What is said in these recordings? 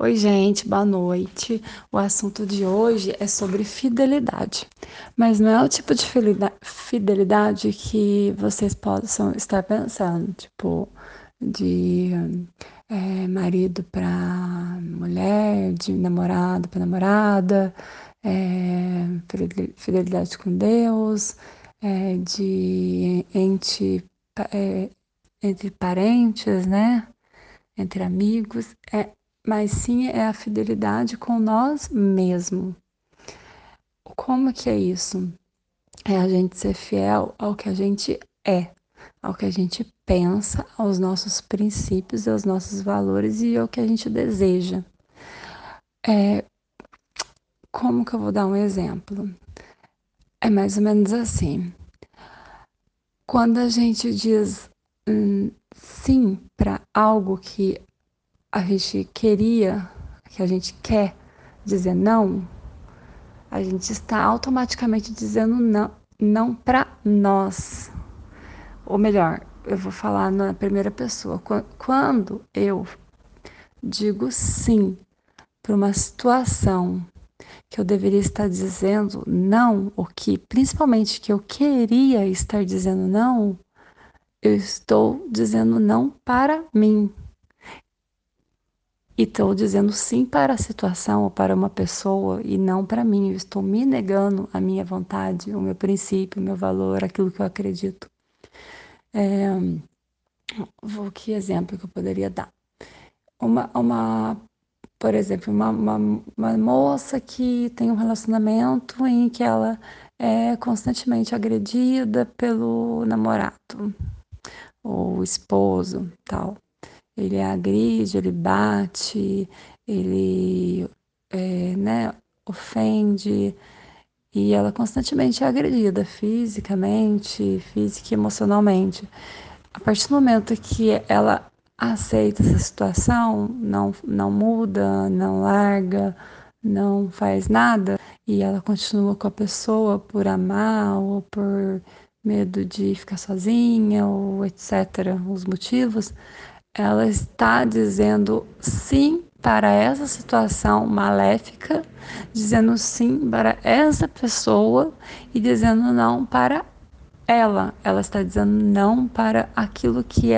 Oi, gente, boa noite. O assunto de hoje é sobre fidelidade, mas não é o tipo de fidelidade que vocês possam estar pensando, tipo, de marido para mulher, de namorado para namorada, fidelidade com Deus, de entre parentes, né? Entre amigos, mas sim é a fidelidade com nós mesmos. Como que é isso? É a gente ser fiel ao que a gente é, ao que a gente pensa, aos nossos princípios, aos nossos valores e ao que a gente deseja. Como que eu vou dar um exemplo? É mais ou menos assim. Quando a gente diz sim para algo que a gente queria, que a gente quer dizer não, a gente está automaticamente dizendo não, não para nós. Ou melhor, eu vou falar na primeira pessoa. Quando eu digo sim para uma situação que eu deveria estar dizendo não, ou que principalmente que eu queria estar dizendo não, eu estou dizendo não para mim. E estou dizendo sim para a situação ou para uma pessoa e não para mim. Eu estou me negando a minha vontade, o meu princípio, o meu valor, aquilo que eu acredito. Que exemplo que eu poderia dar? Por exemplo, uma moça que tem um relacionamento em que ela é constantemente agredida pelo namorado ou esposo, tal. Ele agride, ele bate, ele né, ofende, e ela constantemente é agredida fisicamente, física e emocionalmente. A partir do momento que ela aceita essa situação, não muda, não larga, não faz nada, e ela continua com a pessoa por amar ou por medo de ficar sozinha ou etc., os motivos, ela está dizendo sim para essa situação maléfica, dizendo sim para essa pessoa e dizendo não para ela. Ela está dizendo não para aquilo que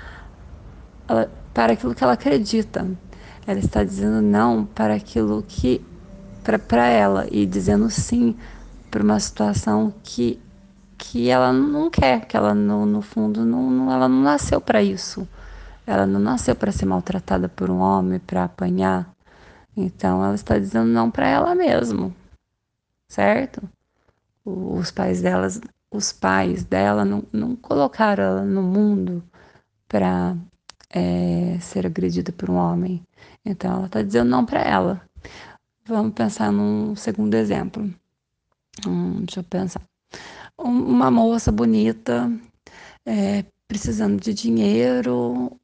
para aquilo que ela acredita. Ela está dizendo não para aquilo que para ela e dizendo sim para uma situação que ela não quer, que ela no fundo ela não nasceu para isso. Ela não nasceu para ser maltratada por um homem, para apanhar. Então ela está dizendo não para ela mesma, certo? Os pais delas, os pais dela não colocaram ela no mundo para ser agredida por um homem. Então ela está dizendo não para ela. Vamos pensar num segundo exemplo. Deixa eu pensar. Uma moça bonita, precisando de dinheiro,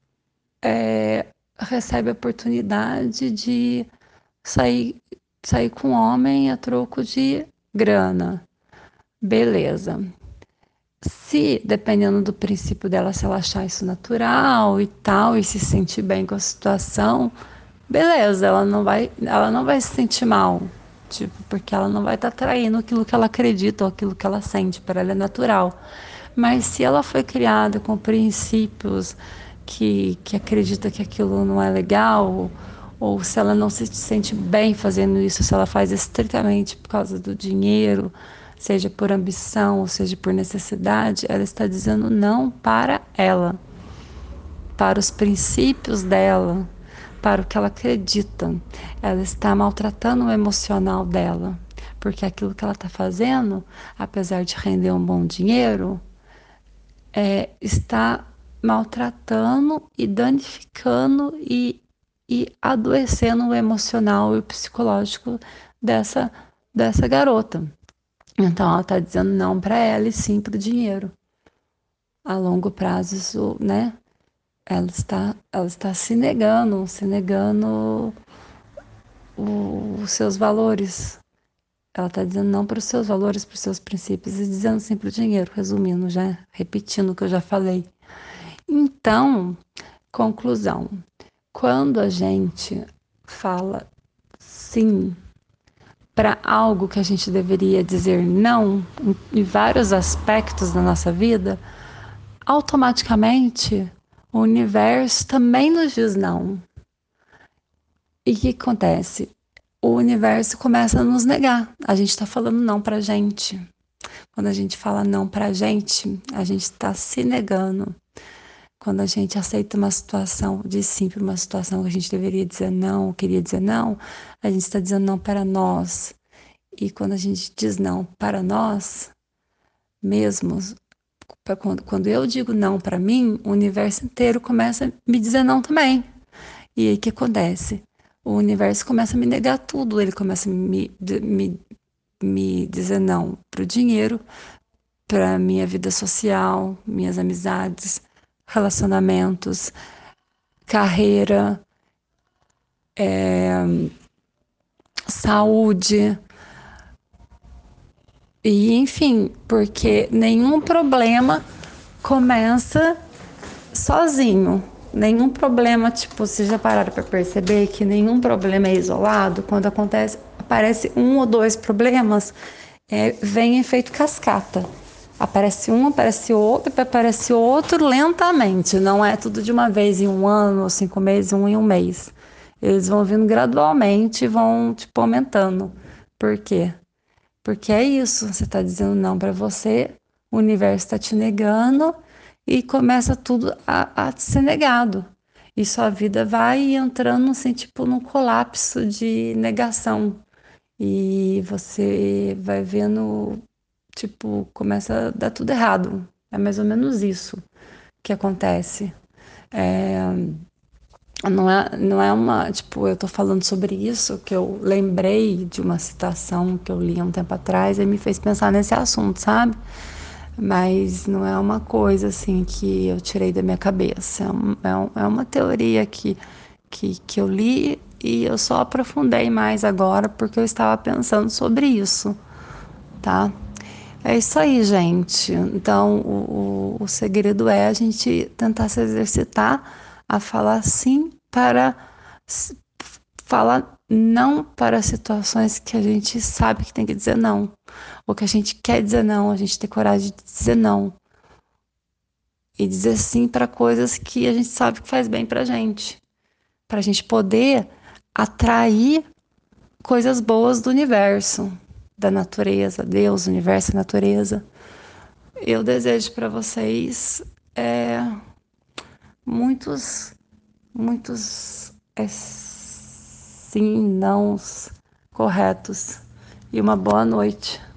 recebe a oportunidade de sair, sair com um homem a troco de grana. Beleza. Se, dependendo do princípio dela, se ela achar isso natural e tal, e se sentir bem com a situação, beleza, ela não vai se sentir mal. Tipo, porque ela não vai estar traindo aquilo que ela acredita ou aquilo que ela sente, para ela é natural. Mas se ela foi criada com princípios que acredita que aquilo não é legal, ou se ela não se sente bem fazendo isso, se ela faz estritamente por causa do dinheiro, seja por ambição ou seja por necessidade, ela está dizendo não para ela, para os princípios dela, para o que ela acredita. Ela está maltratando o emocional dela, porque aquilo que ela está fazendo, apesar de render um bom dinheiro, está maltratando e danificando e adoecendo o emocional e o psicológico dessa, dessa garota. Então ela está dizendo não para ela e sim para o dinheiro. A longo prazo, isso, né? Ela está se negando os seus valores. Ela está dizendo não para os seus valores, para os seus princípios e dizendo sim para o dinheiro, resumindo, já repetindo o que eu já falei. Então, conclusão: quando a gente fala sim para algo que a gente deveria dizer não em vários aspectos da nossa vida, automaticamente o universo também nos diz não. E o que acontece? O universo começa a nos negar. A gente está falando não para a gente. Quando a gente fala não para a gente está se negando. Quando a gente aceita uma situação, diz sim para uma situação que a gente deveria dizer não, queria dizer não, a gente está dizendo não para nós. E quando a gente diz não para nós mesmos, quando eu digo não para mim, o universo inteiro começa a me dizer não também. E aí o que acontece? O universo começa a me negar tudo, ele começa a me dizer não para o dinheiro, para minha vida social, minhas amizades, relacionamentos, carreira, saúde, e enfim, porque nenhum problema começa sozinho. Nenhum problema, tipo, vocês já pararam para perceber que nenhum problema é isolado? Quando acontece, aparece um ou dois problemas, vem efeito cascata. Aparece um, aparece outro lentamente. Não é tudo de uma vez em um ano, 5 meses, um em um mês. Eles vão vindo gradualmente e vão, tipo, aumentando. Por quê? Porque é isso, você está dizendo não para você, o universo está te negando e começa tudo a ser negado. E sua vida vai entrando assim, tipo, num colapso de negação. E você vai vendo, tipo, começa a dar tudo errado. É mais ou menos isso que acontece. É, não é uma, tipo, eu tô falando sobre isso, que eu lembrei de uma citação que eu li há um tempo atrás e me fez pensar nesse assunto, sabe? Mas não é uma coisa assim que eu tirei da minha cabeça. É uma teoria que eu li e eu só aprofundei mais agora porque eu estava pensando sobre isso, tá? É isso aí, gente. Então, o segredo é a gente tentar se exercitar a falar sim para falar não para situações que a gente sabe que tem que dizer não, ou que a gente quer dizer não, a gente ter coragem de dizer não e dizer sim para coisas que a gente sabe que faz bem para a gente poder atrair coisas boas do universo, da natureza, Deus, universo, natureza. Eu desejo para vocês muitos, muitos sim, nãos corretos e uma boa noite.